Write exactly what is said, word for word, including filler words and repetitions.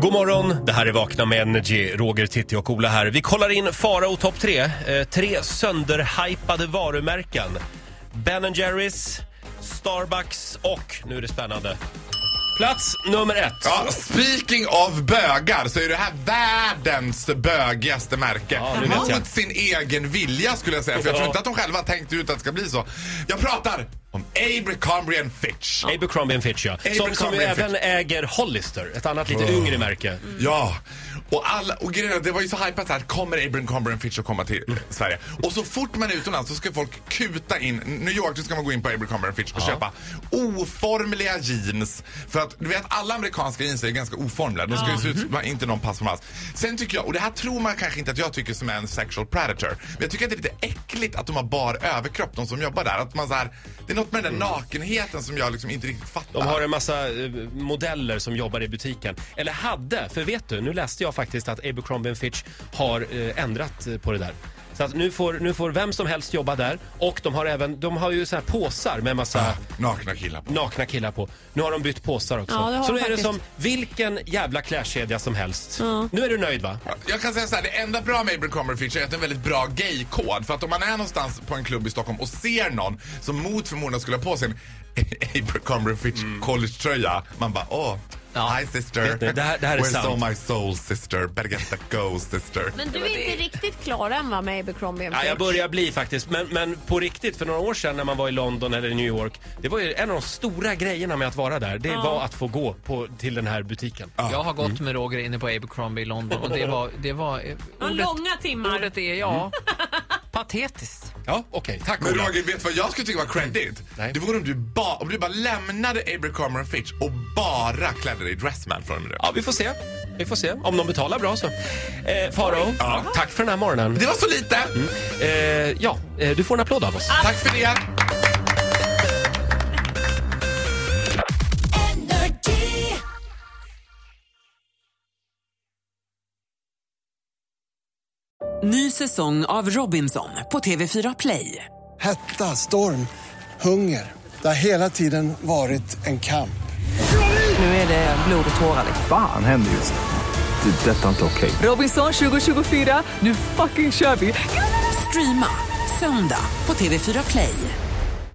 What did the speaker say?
God morgon, det här är Vakna med Energy, Roger, Titti och Ola här. Vi kollar in Farao topp tre. Eh, tre sönderhypade varumärken. Ben and Jerry's, Starbucks och, nu är det spännande, plats nummer ett. Ja, speaking of bögar så är det här världens bögigaste märke. Ja, det vet jag. Mot sin egen vilja skulle jag säga. För jag tror inte att de själva har tänkt ut att det ska bli så. Jag pratar om Abercrombie and Fitch. Ja. Abercrombie and Fitch, ja. Som, som ju även äger Hollister, ett annat lite oh. yngre märke. Mm. Ja, och, alla, och grejen, det var ju så hypat här. Kommer Abercrombie and Fitch att komma till mm. Sverige? Och så fort man är utomlands så ska folk kuta in. New York, då ska man gå in på Abercrombie and Fitch och ja. köpa oformliga jeans. För att du vet, alla amerikanska jeans är ganska oformliga. De ska ju se ut som inte någon passform alls. Sen tycker jag, och det här tror man kanske inte att jag tycker som är en sexual predator, men jag tycker att det är lite äckligt att de har bar överkropp, de som jobbar där. Att man så här, det är något med den där nakenheten som jag liksom inte riktigt fattar. De har en massa eh, modeller som jobbar i butiken. Eller hade, för vet du, nu läste jag faktiskt att Abercrombie and Fitch har eh, ändrat på det där. Så att nu får, nu får vem som helst jobba där. Och de har även, de har ju så här påsar med massa ah, nakna killar på. Nakna killar på. Nu har de bytt påsar också. Ja, så nu är faktiskt. det som vilken jävla klädkedja som helst. Ja. Nu är du nöjd, va? Jag kan säga så här, det enda bra med Abercrombie and Fitch är att det är en väldigt bra gay-kod. För att om man är någonstans på en klubb i Stockholm och ser någon som mot förmodan skulle ha på sig en Abercrombie and Fitch mm. college-tröja, man bara, åh, ja. Hi sister, det, det här, det här är where's sant. all my soul sister, better get that go sister. Men du är inte riktigt klar än, va, med Abercrombie and Fitch? Ja, jag börjar bli faktiskt, men, men på riktigt, för några år sedan när man var i London eller New York, det var ju en av de stora grejerna med att vara där. Det ja. var att få gå på, till den här butiken. Ja. Jag har gått mm. med Roger inne på Abercrombie i London och det var, det var eh, ordet, långa timmar. Ordet är, ja, patetiskt. Ja, okej, okay, tack. Men Roger, vet vad jag skulle tycka var credit? Nej. Det vore om du, ba, om du bara lämnade Abercrombie and Fitch och bara klädde dig i Dressman från det. Ja, vi får se. Vi får se. Om de betalar bra så. Eh, Farao, ja. tack för den här morgonen. Det var så lite. Mm. Eh, ja, eh, du får en applåd av oss. Ah. Tack för det. Ny säsong av Robinson på T V fyra Play. Hetta, storm, hunger. Det har hela tiden varit en kamp. Nu är det blod och tårar. Fan, händer just det. Det är detta inte okej. Okay. Robinson tjugo tjugofyra, nu fucking kör vi. Streama söndag på T V fyra Play.